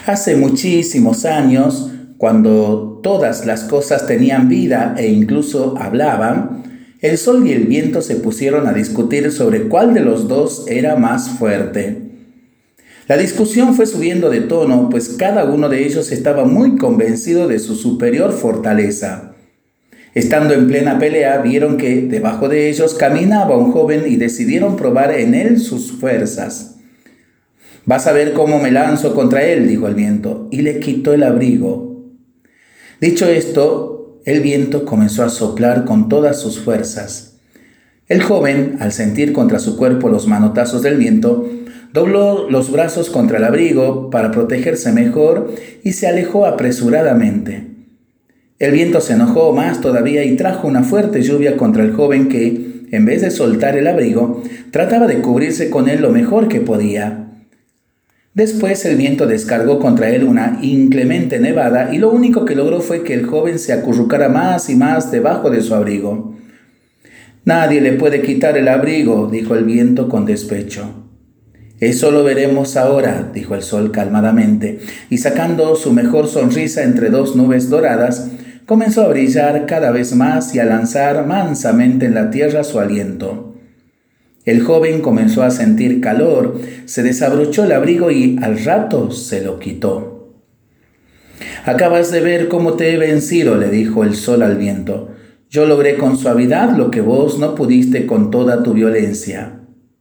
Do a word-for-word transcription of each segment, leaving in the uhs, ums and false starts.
Hace muchísimos años, cuando todas las cosas tenían vida e incluso hablaban, el sol y el viento se pusieron a discutir sobre cuál de los dos era más fuerte. La discusión fue subiendo de tono, pues cada uno de ellos estaba muy convencido de su superior fortaleza. Estando en plena pelea, vieron que debajo de ellos caminaba un joven y decidieron probar en él sus fuerzas. «Vas a ver cómo me lanzo contra él», dijo el viento, y le quitó el abrigo. Dicho esto, el viento comenzó a soplar con todas sus fuerzas. El joven, al sentir contra su cuerpo los manotazos del viento, dobló los brazos contra el abrigo para protegerse mejor y se alejó apresuradamente. El viento se enojó más todavía y trajo una fuerte lluvia contra el joven que, en vez de soltar el abrigo, trataba de cubrirse con él lo mejor que podía. Después el viento descargó contra él una inclemente nevada y lo único que logró fue que el joven se acurrucara más y más debajo de su abrigo. «Nadie le puede quitar el abrigo», dijo el viento con despecho. «Eso lo veremos ahora», dijo el sol calmadamente, y sacando su mejor sonrisa entre dos nubes doradas, comenzó a brillar cada vez más y a lanzar mansamente en la tierra su aliento. El joven comenzó a sentir calor, se desabrochó el abrigo y al rato se lo quitó. «Acabas de ver cómo te he vencido», le dijo el sol al viento. «Yo logré con suavidad lo que vos no pudiste con toda tu violencia».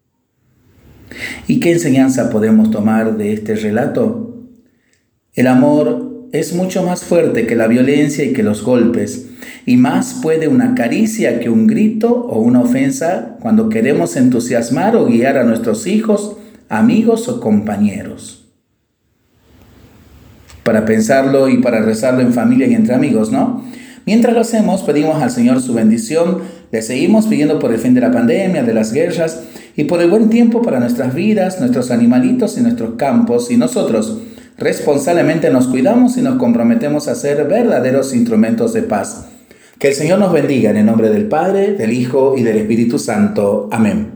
¿Y qué enseñanza podemos tomar de este relato? El amor es mucho más fuerte que la violencia y que los golpes, y más puede una caricia que un grito o una ofensa cuando queremos entusiasmar o guiar a nuestros hijos, amigos o compañeros. Para pensarlo y para rezarlo en familia y entre amigos, ¿no? Mientras lo hacemos, pedimos al Señor su bendición, le seguimos pidiendo por el fin de la pandemia, de las guerras y por el buen tiempo para nuestras vidas, nuestros animalitos y nuestros campos, y nosotros responsablemente nos cuidamos y nos comprometemos a ser verdaderos instrumentos de paz. Que el Señor nos bendiga en el nombre del Padre, del Hijo y del Espíritu Santo. Amén.